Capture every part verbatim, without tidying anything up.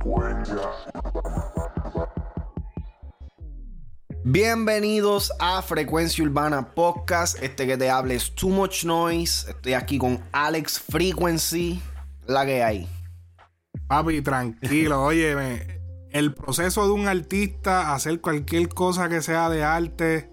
Bienvenidos a Frecuencia Urbana Podcast. Este que te hable es Too Much Noise. Estoy aquí con Alex Frequency. La que hay. Papi, tranquilo. Óyeme, el proceso de un artista hacer cualquier cosa que sea de arte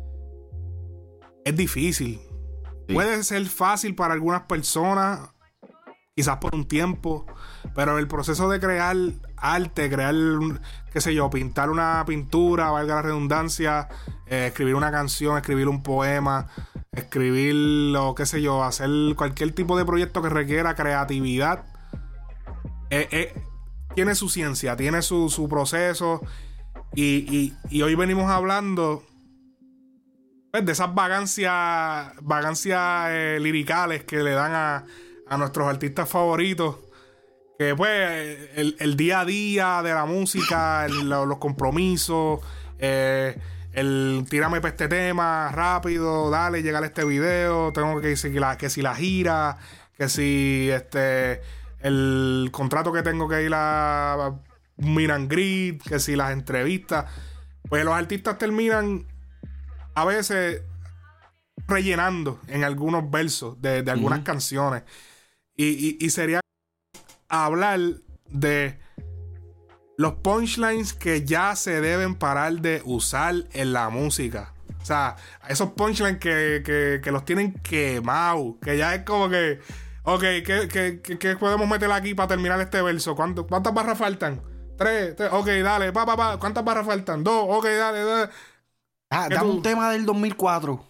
es difícil. Sí. Puede ser fácil para algunas personas, quizás por un tiempo, pero el proceso de crear arte, crear, qué sé yo, pintar una pintura, valga la redundancia, eh, escribir una canción, escribir un poema, escribir, o qué sé yo, hacer cualquier tipo de proyecto que requiera creatividad, eh, eh, tiene su ciencia, tiene su, su proceso, y, y, y hoy venimos hablando pues, de esas vagancias, vagancias eh, liricales que le dan a, a nuestros artistas favoritos. Que pues el, el día a día de la música, el, los compromisos, eh, el tírame para este tema rápido, dale, llegar a este video, tengo que decir que, la, que si la gira, que si este el contrato que tengo que ir a meet and greet, que si las entrevistas. Pues los artistas terminan a veces rellenando en algunos versos de, de algunas uh-huh. canciones. Y, y, y sería hablar de los punchlines que ya se deben parar de usar en la música. O sea, esos punchlines que, que, que los tienen quemados, que ya es como que ok, ¿qué, qué, qué, qué podemos meter aquí para terminar este verso? ¿Cuánto, ¿Cuántas barras faltan? Tres, tres, ok, dale, pa, pa, pa. ¿Cuántas barras faltan? Dos, ok, dale, dale. Ah, dame tú? Un tema del dos mil cuatro.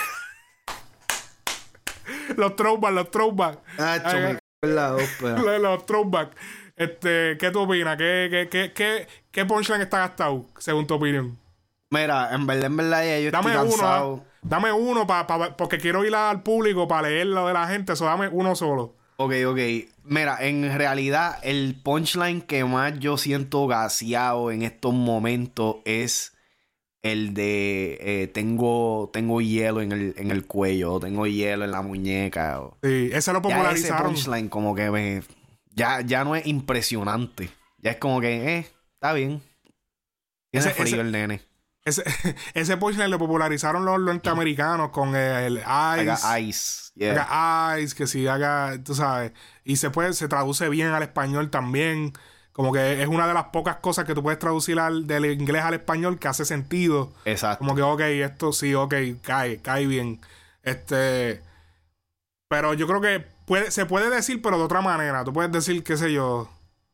Los throwbacks, los throwbacks. Ah, chome. Los, los throwbacks. Este, ¿qué tú opinas? ¿Qué, qué, qué, qué, qué punchline está gastado, según tu opinión? Mira, en verdad, en verdad, ya yo dame estoy cansado. Uno, dame uno pa, pa, porque quiero ir al público para leer lo de la gente. Eso, dame uno solo. Ok, ok. Mira, en realidad, el punchline que más yo siento gaseado en estos momentos es el de eh, tengo tengo hielo en el, en el cuello, tengo hielo en la muñeca. O... Sí, ese lo popularizaron. Ya ese punchline como que me... Ya, ya no es impresionante. Ya es como que, eh, está bien. Tiene ese, frío ese, el nene. Ese, ese punchline lo popularizaron los norteamericanos con el Ice. Haga Ice. Yeah. Haga Ice, que si haga, tú sabes. Y se puede, se traduce bien al español también. Como que es una de las pocas cosas que tú puedes traducir al, del inglés al español que hace sentido. Exacto. Como que, ok, esto sí, ok, cae, cae bien. Este... Pero yo creo que puede, se puede decir, pero de otra manera. Tú puedes decir, qué sé yo.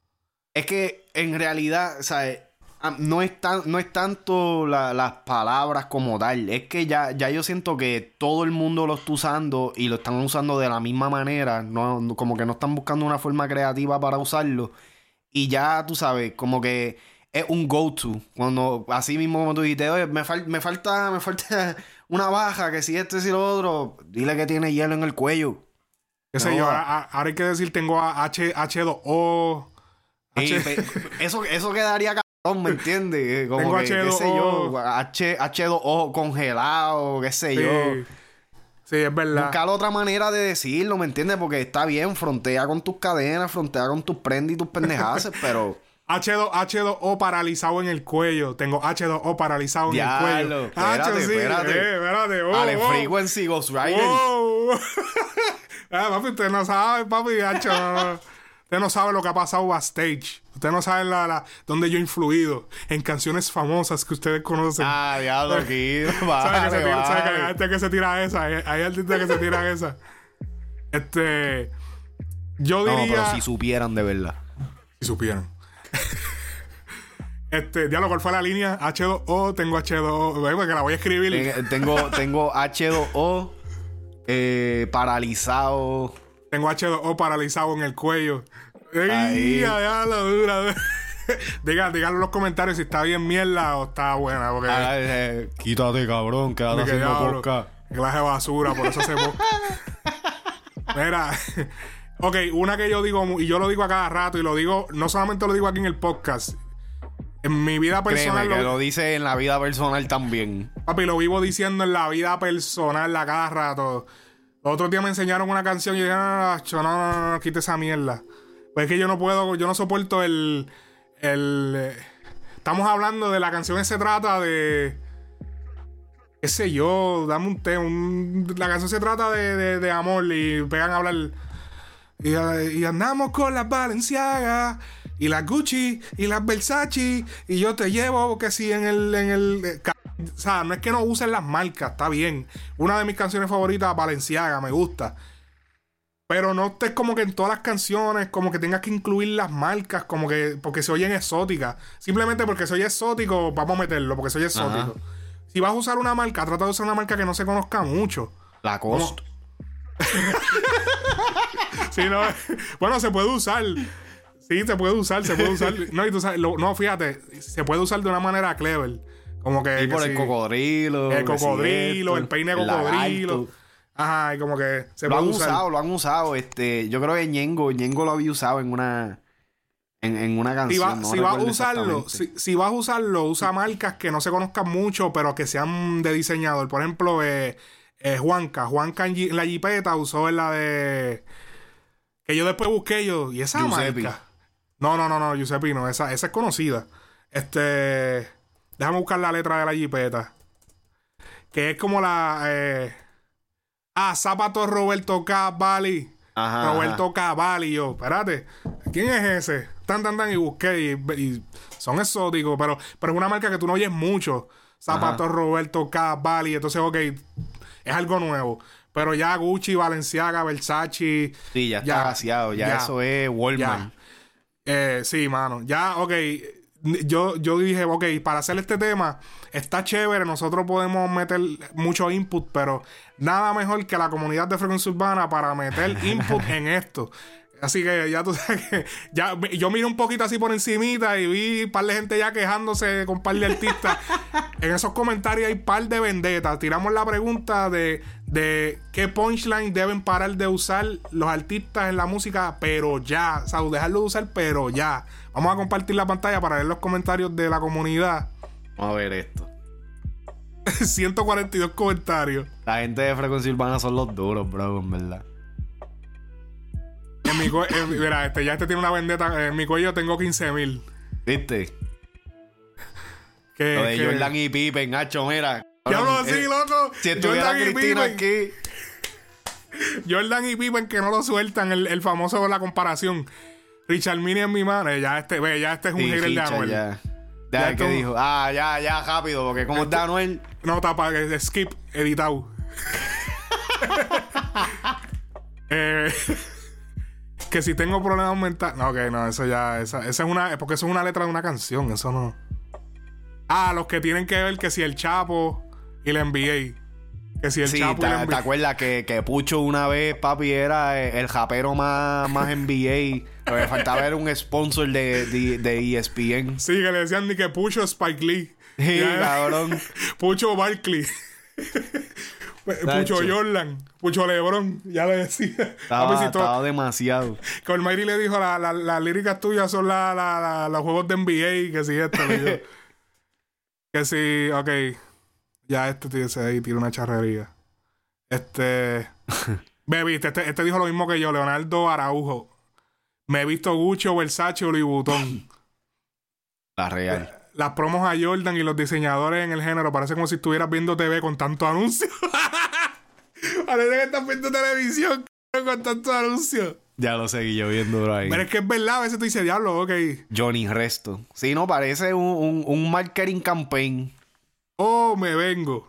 Es que en realidad, ¿sabes? No es, tan, no es tanto la, las palabras como tal. Es que ya, ya yo siento que todo el mundo lo está usando y lo están usando de la misma manera. No, como que no están buscando una forma creativa para usarlo. Y ya, tú sabes, como que es un go-to. Cuando, así mismo como tú dijiste, oye, me, fal- me falta me falta una baja, que si este, si lo otro, dile que tiene hielo en el cuello. Qué sé no. yo, ahora, ahora hay que decir, tengo H, H dos O. H... Pe- eso, eso quedaría cabrón, ¿me entiendes? Como tengo que, H dos O. Qué sé yo, H, H dos O congelado, qué sé sí. yo. Sí, es verdad. Buscar otra manera de decirlo, ¿me entiendes? Porque está bien, frontea con tus cadenas, frontea con tus prendas y tus pendejaces, pero... H dos, H dos O paralizado en el cuello. Tengo H dos O paralizado en Diablo, el cuello. Espérate, H, sí, espérate. Eh, espérate. Oh, Ale oh. Frequency, Ghost Rider. Oh. ah, papi, usted no sabe, papi. H, no, no. Usted no sabe lo que ha pasado backstage. Usted no sabe la, la, dónde yo he influido en canciones famosas que ustedes conocen. Ah, diablo, aquí. ¿Sabes que, tira, ¿sabe que hay gente que se tira esa? Hay, hay artistas que se tiran esa. Este... Yo diría... No, pero si supieran de verdad. Si supieran. Este... Diablo, ¿cuál fue la línea? H dos O, tengo H dos O... Porque la voy a escribir. Tengo, tengo H dos O eh, paralizado... Tengo H dos O paralizado en el cuello. Ahí. Ya lo dura. Digan, digan en los comentarios si está bien mierda o está buena. Porque... Ah, eh, quítate, cabrón, quédate haciendo podcast. Clase de basura, por eso se podcast. Mira, ok, una que yo digo, y yo lo digo a cada rato, y lo digo, no solamente lo digo aquí en el podcast. En mi vida personal. Créeme, que lo... lo dice en la vida personal también. Papi, lo vivo diciendo en la vida personal a cada rato. Los otros días me enseñaron una canción y yo dije, no, no, no, no, no, no, quita esa mierda. Pues es que yo no puedo, yo no soporto el, el eh, estamos hablando de la canción que se trata de qué sé yo, dame un tema, un, la canción se trata de, de, de amor y pegan a hablar y, y andamos con las Balenciaga y las Gucci y las Versace y yo te llevo que sí en el en el o sea, no es que no usen las marcas, está bien. Una de mis canciones favoritas, Balenciaga, me gusta. Pero no estés como que en todas las canciones, como que tengas que incluir las marcas, como que porque se oyen exóticas. Simplemente porque soy exótico, vamos a meterlo, porque soy exótico. Ajá. Si vas a usar una marca, trata de usar una marca que no se conozca mucho. Lacoste. Sí, no. Bueno, se puede usar. Sí, se puede usar, se puede usar. No, y tú sabes, lo, no, fíjate, se puede usar de una manera clever. Como que. Y por que el sí, cocodrilo. El cocodrilo, el peine de cocodrilo. Lagarto. Ajá, y como que se lo puede han usar. usado, lo han usado. Este, yo creo que Ñengo, Ñengo lo había usado en una. En, en una canción. Si, va, no si vas a usarlo, si, si vas a usarlo, usa marcas que no se conozcan mucho, pero que sean de diseñador. Por ejemplo, eh, eh, Juanca. Juanca en, en la jipeta usó en la de. Que yo después busqué yo. ¿Y esa Giuseppe. marca? No, no, no, no, Giuseppe no. Esa, esa es conocida. Este. Déjame buscar la letra de la jipeta. Que es como la. Eh, ah, Zapatos Roberto Cavalli. Ajá, Roberto ajá. Cavalli. Yo, espérate. ¿Quién es ese? Tan, tan, tan. Y busqué. Y, y son exóticos. Pero, pero es una marca que tú no oyes mucho. Zapatos Ajá. Roberto Cavalli. Entonces, ok. Es algo nuevo. Pero ya Gucci, Balenciaga, Versace. Sí, ya está ya, vaciado. Ya, ya eso es Walmart. ya. Eh, sí, mano. Ya, ok. Yo, yo dije, ok, para hacer este tema está chévere, nosotros podemos meter mucho input, pero nada mejor que la comunidad de Frecuencia Urbana para meter input en esto. Así que ya tú sabes que ya, yo miré un poquito así por encimita y vi un par de gente ya quejándose con un par de artistas. En esos comentarios hay un par de vendetas. Tiramos la pregunta de, de qué punchline deben parar de usar los artistas en la música, pero ya. O sea, dejarlo de usar, pero ya. Vamos a compartir la pantalla para ver los comentarios de la comunidad. Vamos a ver esto. ciento cuarenta y dos comentarios. La gente de Frecuencia Urbana son los duros, bro, en verdad. En mi cuello, mira, este, ya este tiene una vendetta. En mi cuello tengo quince mil. ¿Viste? Que, Lo de que... Jordan y Pippen, Nacho, mira. Ya hablo así, eh, loco. Si estuviera Jordan y Cristina Pippen. aquí. Jordan y Pippen que no lo sueltan. El, el famoso de la comparación. Richard Mille en mi mano. Ya este, ve, ya este es un Sí, hater de Richard, Anuel. ya. Ya Ya, esto- ¿qué dijo? Ah, ya, ya, rápido, porque como está Anuel. No, tapa, eh, skip, editado. eh, que si tengo problemas mentales. No, ok, no, eso ya. Esa, esa es una. Porque eso es una letra de una canción. Eso no. Ah, los que tienen que ver que si el Chapo y el N B A. Que si el Sí, Chapo te, y el N B te A. acuerdas que, que Pucho una vez, papi, era el, el rapero más, más N B A. Lo que faltaba era un sponsor de, de, de E S P N. Sí, que le decían ni que Pucho Spike Lee. Sí, Ya, cabrón. Pucho Barkley. Pucho Nacho. Jordan. Pucho Lebron. Ya le decía. Estaba, Papi, si to- estaba demasiado. que Almighty le dijo: las la, la líricas tuyas son la, la, la- los juegos de N B A. Que si esto. Le dijo. Que si, ok. Ya este tío se ahí tira una charrería. Este. Ve, viste, este, este dijo lo mismo que yo, Leonardo Araujo. Me he visto Gucci, Versace o Louis Vuitton. La real. Las promos a Jordan y los diseñadores en el género parece como si estuvieras viendo T V con tanto anuncio. Parece que estás viendo televisión con tanto anuncio. Ya lo seguí yo viendo por ahí. Pero es que es verdad, a veces tú dices, diablo, ok. Johnny Resto. Sí, no, parece un, un, un marketing campaign. Oh, me vengo.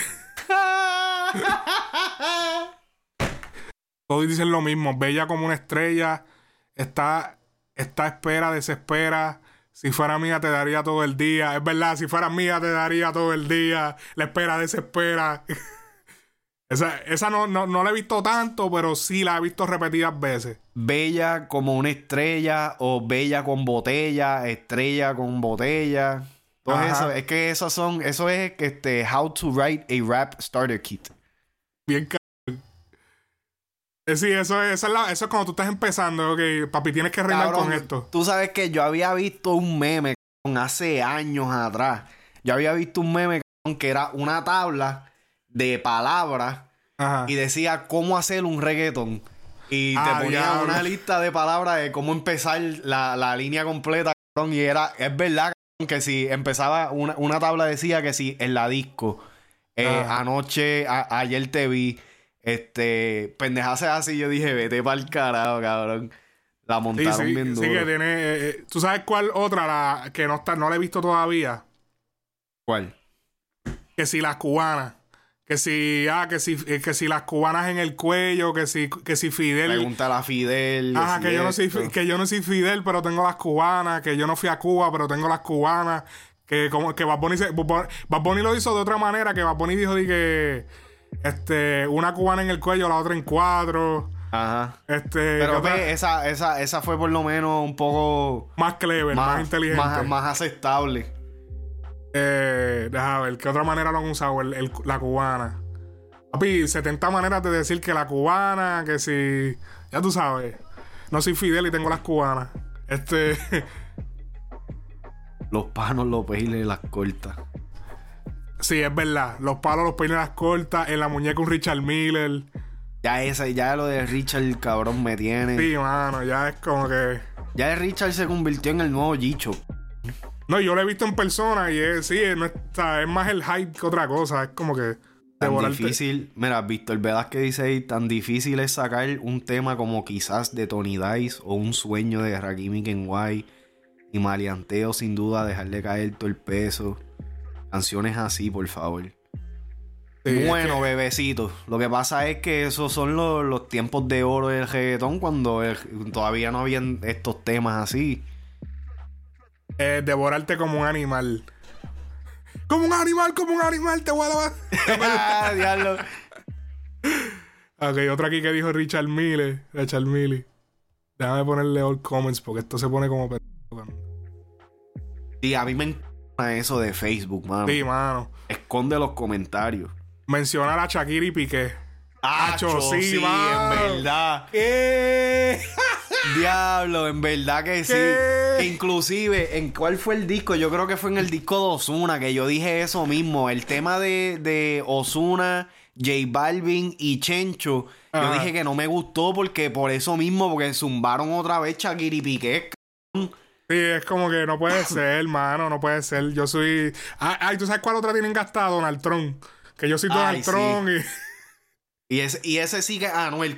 Todos dicen lo mismo. Bella como una estrella. Está, está espera, desespera. Si fuera mía te daría todo el día. Es verdad, si fuera mía te daría todo el día. La espera, desespera. esa esa no, no, no la he visto tanto, pero sí la he visto repetidas veces. Bella como una estrella o bella con botella, estrella con botella. Todo Ajá. eso. Es que esos son... Eso es este, How to Write a Rap Starter Kit. Bien cabrón. Eh, Sí, eso es, eso, es la- eso es cuando tú estás empezando. Ok, papi, tienes que reinar Cabrón, con esto. tú sabes que yo había visto un meme cabrón, hace años atrás. Yo había visto un meme cabrón, que era una tabla de palabras Ajá. y decía cómo hacer un reggaeton. Y Ah, te ponía diablo. una lista de palabras de cómo empezar la, la línea completa Y era, es verdad que si empezaba, una, una tabla decía que si en la disco, eh, anoche, a, ayer te vi, este, pendejadas así, yo dije, vete pa'l carajo, cabrón. La montaron sí, sí, bien duro. Sí, que tiene, eh, ¿tú sabes cuál otra la que no está, no la he visto todavía? ¿Cuál? Que si las cubanas. Que si, ah, que si, eh, que si las cubanas en el cuello, que si, que si Fidel. Pregúntale a Fidel. Ajá, si que yo, no soy, esto. que yo no soy Fidel, pero tengo las cubanas. Que yo no fui a Cuba, pero tengo las cubanas. Que como que Bad Bunny, se, Bad Bunny lo hizo de otra manera. Que Bad Bunny dijo de que este, una cubana en el cuello, la otra en cuatro. Ajá. Este, pero otra, ve, esa, esa, esa fue por lo menos un poco más clever, más, más inteligente. Más, más aceptable. Eh, déjame ver, ¿qué otra manera lo han usado? El, el, la cubana. Papi, setenta maneras de decir que la cubana, que si... Ya tú sabes. No soy Fidel y tengo las cubanas. Este... Los panos, los peines, las cortas. Sí, es verdad. Los palos, los peines, las cortas. En la muñeca un Richard Miller. Ya esa, ya lo de Richard, el cabrón, me tiene. Sí, mano, ya es como que... Ya Richard se convirtió en el nuevo Gicho. No, yo lo he visto en persona y es, sí, no es, o sea, es más el hype que otra cosa. Es como que... Tan difícil, mira, Víctor Velázquez dice ahí, tan difícil es sacar un tema como quizás de Tony Dice o Un sueño de Rakim Kenway y maleanteo sin duda dejarle caer todo el peso. Canciones así, por favor. Sí, bueno, es que... bebecito. Lo que pasa es que esos son los, los tiempos de oro del reggaetón cuando el, todavía no habían estos temas así. Eh, devorarte como un animal. Como un animal, como un animal, te voy a dar. Diablo. Ok, otra aquí que dijo Richard Mille. Richard Mille. Déjame ponerle all comments porque esto se pone como... Sí, a mí me encanta eso de Facebook, mano. Sí, mano. Esconde los comentarios. Mencionar a Shakira y Piqué. ¡Acho, sí, sí, en verdad! ¿Qué? Diablo, en verdad que sí. ¿Qué? Que inclusive, ¿en cuál fue el disco? Yo creo que fue en el disco de Ozuna, que yo dije eso mismo. El tema de, de Ozuna, J Balvin y Chencho. Ajá. Yo dije que no me gustó porque por eso mismo, porque zumbaron otra vez Shakira y Piqué. Sí, es como que no puede ser, hermano, no puede ser. Yo soy... Ay, ay, ¿tú sabes cuál otra tienen gastada? Donald Trump. Que yo soy Donald ay, Trump sí. y... Y ese, y ese sí que... Ah, no, el...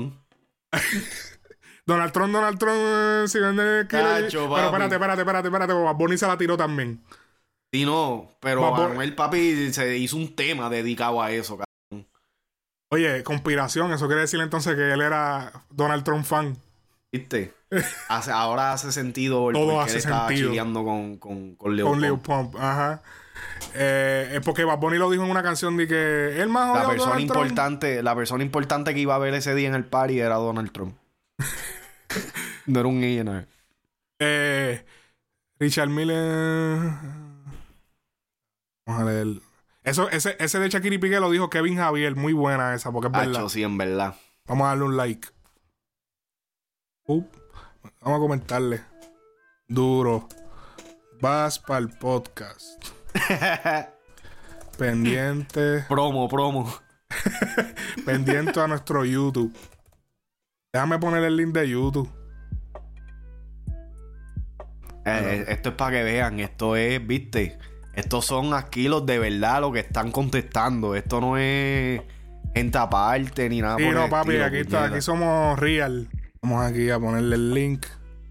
Donald Trump, Donald Trump... Si vende... Cacho, pero espérate, espérate, espérate, espérate. Bad Bunny se la tiró también. Sí, no. Pero Manuel Papi se hizo un tema dedicado a eso, cabrón. Oye, conspiración. Eso quiere decir entonces que él era Donald Trump fan. ¿Viste? hace, ahora hace sentido el Todo porque hace él estaba sentido. chileando con, con, con Leo Con Pump. Leo Pump, ajá. Eh, es porque Bad Bunny lo dijo en una canción de que él más la persona importante Trump. La persona importante que iba a ver ese día en el party era Donald Trump. No era un I N R. Eh, Richard Mille. Vamos a leer. Eso, ese, ese de Shakira y Piqué lo dijo Kevin Javier. Muy buena esa, porque es Acho, verdad. Sí, en verdad. Vamos a darle un like. Uh, vamos a comentarle. Duro. Vas para el podcast. Pendiente. Promo, promo. Pendiente a nuestro YouTube. Déjame poner el link de YouTube. Eh, esto es para que vean. Esto es, viste. Estos son aquí los de verdad los que están contestando. Esto no es gente aparte ni nada. Sí, por no, el papi. estilo, Aquí está. Aquí somos real. Vamos aquí a ponerle el link.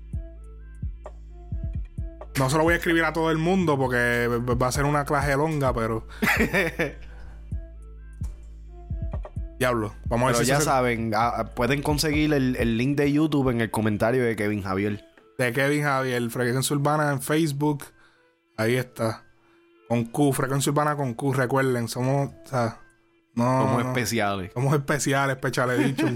No se lo voy a escribir a todo el mundo porque va a ser una clase longa, pero... Diablo. Vamos a ver pero si ya se... saben, a, pueden conseguir el, el link de YouTube en el comentario de Kevin Javier. De Kevin Javier. Frecuencia Urbana en Facebook. Ahí está. Con Q. Frecuencia Urbana con Q. Recuerden, somos... O sea, no, somos no, especiales. Somos especiales, especiales dicho.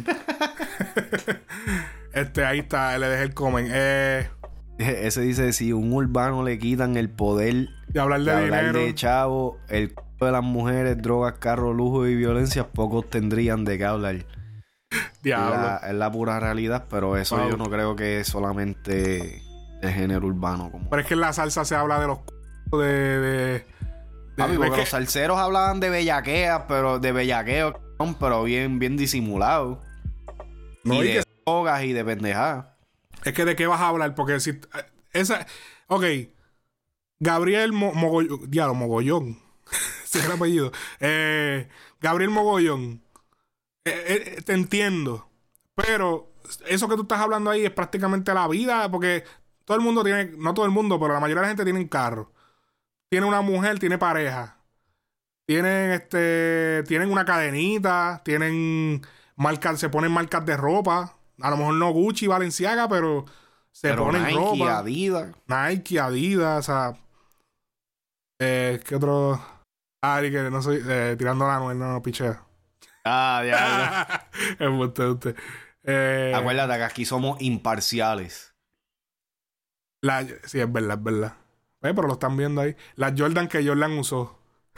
Este, ahí está. Le dejé el comment. Eh... Ese dice, si un urbano le quitan el poder de hablar de, de dinero, hablar de chavo, el c*** de las mujeres, drogas, carros, lujo y violencia, pocos tendrían de qué hablar. Diablo. La, es la pura realidad, pero eso wow. Yo no creo que es solamente el género urbano. Como... Pero es que en la salsa se habla de los c***, de... de, de Papi, porque que... los salseros hablaban de bellaqueas, pero de bellaqueo, pero bien, bien disimulados. No, y, y de que... drogas y de pendejadas. Es que de qué vas a hablar, porque si esa... Ok. Gabriel Mo Mogollón. Diablo, Mogollón. Ese es el apellido. Eh, Gabriel Mogollón. Eh, eh, te entiendo. Pero eso que tú estás hablando ahí es prácticamente la vida. Porque todo el mundo tiene... No todo el mundo, pero la mayoría de la gente tiene un carro. Tiene una mujer, tiene pareja. Tienen este... Tienen una cadenita. Tienen marcas... Se ponen marcas de ropa. A lo mejor no Gucci, Balenciaga, pero... Se Pero ponen Nike, ropa. Adidas. Nike, Adidas, o sea... Eh, ¿qué otro? Ah, y que no soy... Eh, tirando la nuez, no, no, pichea. Ah, ya. Es usted, usted. Eh, Acuérdate que aquí somos imparciales. la, sí, es verdad, es verdad. Eh, pero lo están viendo ahí. Las Jordan que Jordan usó.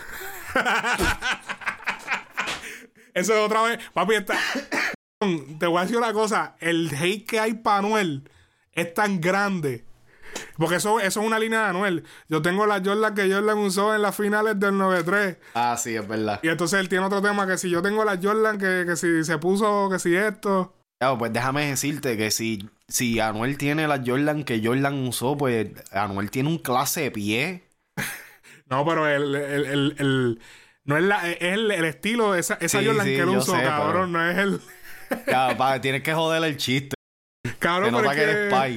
Eso es otra vez. Papi, está... Te voy a decir una cosa. El hate que hay para Anuel es tan grande. Porque eso, eso es una línea de Anuel. Yo tengo la Jordan que Jordan usó en las finales del noventa y tres. Ah, sí, es verdad. Y entonces él tiene otro tema que si yo tengo la Jordan que, que si se puso, que si esto. Claro, pues déjame decirte que si, si Anuel tiene la Jordan que Jordan usó, pues Anuel tiene un clase de pie. No, pero el, el, el, el no es la, es el, el estilo de esa, esa Sí, Jordan sí, que él yo usó, sé, cabrón. pero- No es el. Claro, pa, tienes que joder el chiste. Cabrón, Se pero nota es que eres pai.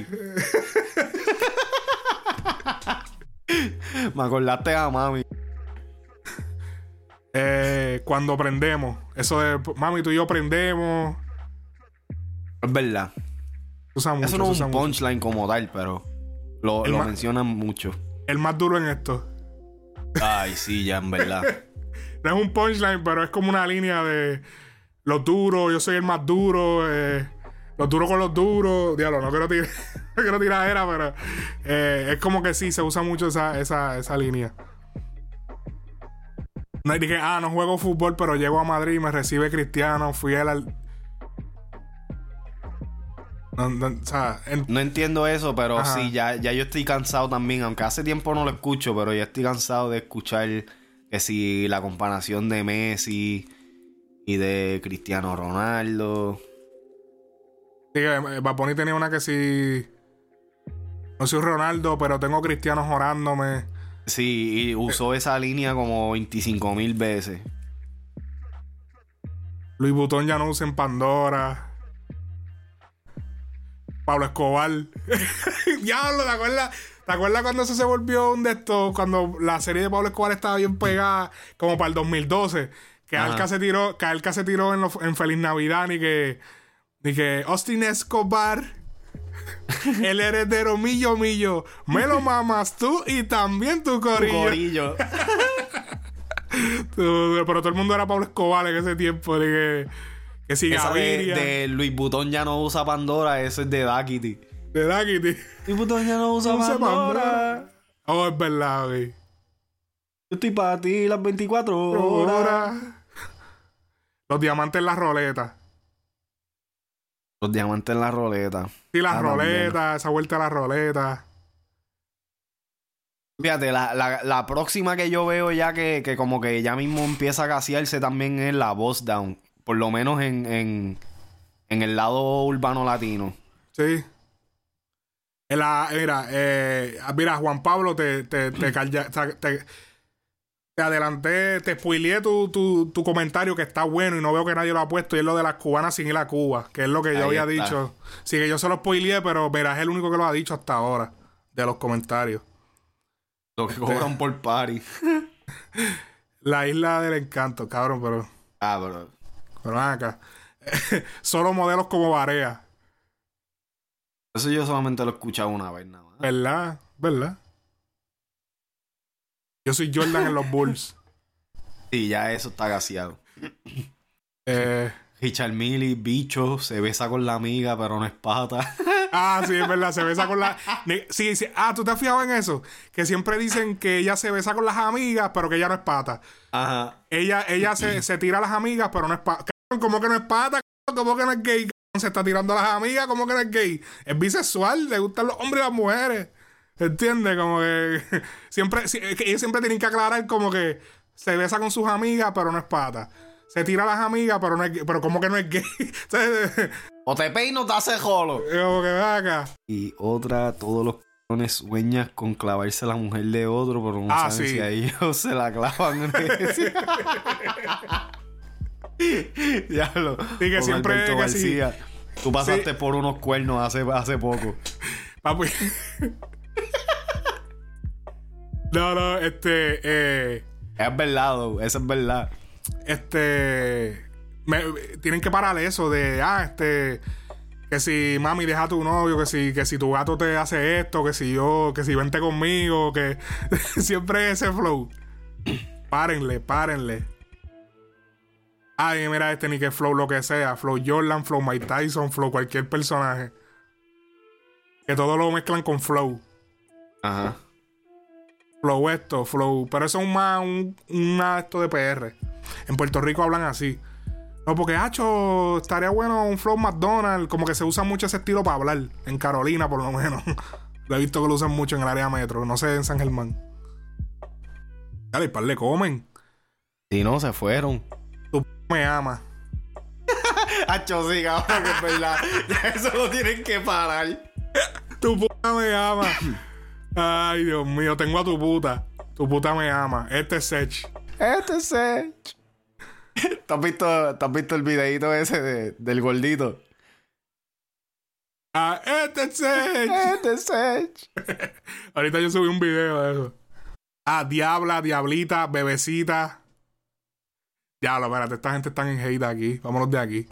Me acordaste a mami. Eh, cuando aprendemos. Eso de mami, tú y yo aprendemos. Es verdad. Se usa mucho, Eso no se es usa un mucho. punchline como tal, pero lo, El lo ma- mencionan mucho. El más duro en esto. Ay, sí, ya, en verdad. No es un punchline, pero es como una línea de los duros, yo soy el más duro, eh, los duros con los duros. Diablo, no quiero tirar, no quiero tiradera, pero eh, es como que sí, se usa mucho esa, esa, esa línea. No es de que, ah, no juego fútbol, pero llego a Madrid y me recibe Cristiano, fui él al... No, no, o sea, en- No entiendo eso, pero Ajá. sí, ya, ya yo estoy cansado también. Aunque hace tiempo no lo escucho, pero ya estoy cansado de escuchar que si la comparación de Messi y de Cristiano Ronaldo. sí, que Bad Bunny tenía una que sí... No soy Ronaldo, pero tengo Cristianos orándome. Sí, y usó esa línea como veinticinco mil veces. Luis Butón ya no usa en Pandora. Pablo Escobar. Diablo, ¿te acuerdas? ¿Te acuerdas cuando eso se volvió un de estos? Cuando la serie de Pablo Escobar estaba bien pegada, como para el dos mil doce. Que Ajá. Alca se tiró, que Alca se tiró en, lo- en Feliz Navidad, ni que. Ni que Austin Escobar. El heredero millo millo. Me lo mamas tú y también tu corillo. Corillo. Tú- Pero todo el mundo era Pablo Escobar en ese tiempo. De que, que si Esa de, Gaviria. de Luis Butón ya no usa Pandora, eso es de Daquiti. De Daquiti. Luis Butón ya no usa No usa Pandora. Pandora. Oh, es verdad, güey. Yo estoy para ti las veinticuatro horas. Ahora. Los diamantes en las roletas. Los diamantes en la roleta. Sí, las Ah, roletas, esa vuelta a las roletas. Fíjate, la, la, la próxima que yo veo ya que, que como que ya mismo empieza a gasearse también es la Boss Down. Por lo menos en, en, en el lado urbano latino. Sí. En la, mira, eh, mira, Juan Pablo, te, te, te, calla- te, te- te adelanté, te spoileé tu, tu, tu comentario que está bueno y no veo que nadie lo ha puesto. Y es lo de las cubanas sin ir a Cuba, que es lo que yo Ahí había está. dicho. Sí, que yo se lo spoileé, pero mira, es el único que lo ha dicho hasta ahora, de los comentarios. Lo que cobran por party. La isla del encanto, cabrón, pero. Ah, pero... Pero ven acá. Solo modelos como Barea. Eso yo solamente lo he escuchado una vez nada más. ¿Verdad? ¿Verdad? Yo soy Jordan en los Bulls. Sí, ya eso está gaseado. Eh, Richard Mille, bicho, se besa con la amiga, pero no es pata. ah, sí, es verdad. Se besa con la... Ni- Sí, sí. Ah, ¿tú te has fijado en eso? Que siempre dicen que ella se besa con las amigas, pero que ella no es pata. Ajá. Ella, ella se, se tira a las amigas, pero no es pata. ¿Cómo que no es pata? ¿Cómo que no es gay? Cabrón, se está tirando a las amigas, ¿cómo que no es gay? Es bisexual, le gustan los hombres y las mujeres. ¿Entiendes? Como que siempre, si- que ellos siempre tienen que aclarar como que se besa con sus amigas, pero no es pata. Se tira a las amigas, pero no es gay. Pero ¿cómo que no es gay? Entonces, O te peino o te hace jolo. como que ven acá. Y otra, todos los sueñas con clavarse la mujer de otro, pero no Ah, saben sí. si a ellos se la clavan. Diablo. Sí, que con siempre Alberto que sí. García. Tú pasaste Sí. por unos cuernos hace, hace poco. Papi. No, no, este, eh, Es verdad, though, eso es verdad. este, me- tienen que parar eso de, ah, este, que si mami deja a tu novio, que si, que si tu gato te hace esto, que si yo, que si vente conmigo, que siempre ese flow. Párenle, párenle. Ay, mira este ni que flow lo que sea, flow Jordan, flow Mike Tyson, flow cualquier personaje. Que todo lo mezclan con flow. Ajá. Flow esto, flow. Pero eso es más un, una esto de P R. En Puerto Rico hablan así. No, porque, hacho, estaría bueno un flow McDonald's. Como que se usa mucho ese estilo para hablar. En Carolina, por lo menos. Lo he visto que lo usan mucho en el área metro. No sé, en San Germán. Dale, y par le comen. Si no, se fueron. Tu p me ama. Hacho, sí, cabrón, que es verdad. Ya eso lo tienen que parar. Tu puta me ama. Ay, Dios mío, tengo a tu puta. Tu puta me ama. Este es Sech. Este es Sech. ¿Te has visto, ¿te has visto el videito ese de, del gordito? Ah, este es Sech. Este es Sech. Ahorita yo subí un video de eso. Ah, Diabla, Diablita, Bebecita. Diablo, espérate, esta gente está en hate aquí. Vámonos de aquí.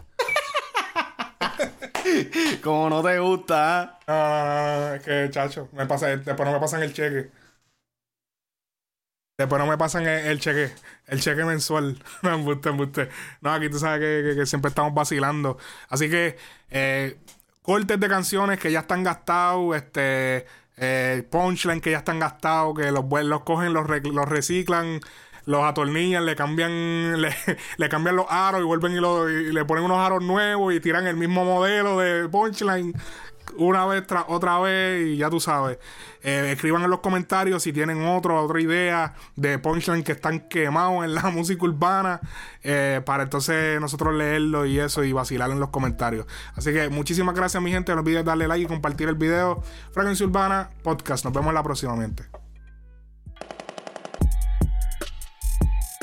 Como no te gusta, ¿eh? No, no, no, no, es que, chacho, me pasa, después no me pasan el cheque. Después no me pasan el, el cheque, el cheque mensual. No, embuste, embuste. No, aquí tú sabes que, que- que siempre estamos vacilando. Así que, eh, cortes de canciones que ya están gastados, este, eh, punchline que ya están gastados, que los, vuel- los cogen, los, re- los reciclan, los atornillan, le cambian, le, le cambian los aros y vuelven y, lo- y le ponen unos aros nuevos y tiran el mismo modelo de punchline una vez tras otra vez y ya tú sabes. Eh, escriban en los comentarios si tienen otro, otra idea de punchline que están quemados en la música urbana, eh, para entonces nosotros leerlo y eso y vacilar en los comentarios. Así que muchísimas gracias, mi gente. No olvides darle like y compartir el video. Frecuencia Urbana Podcast. Nos vemos la próximamente.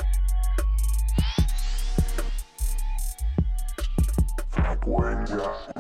Frecuencia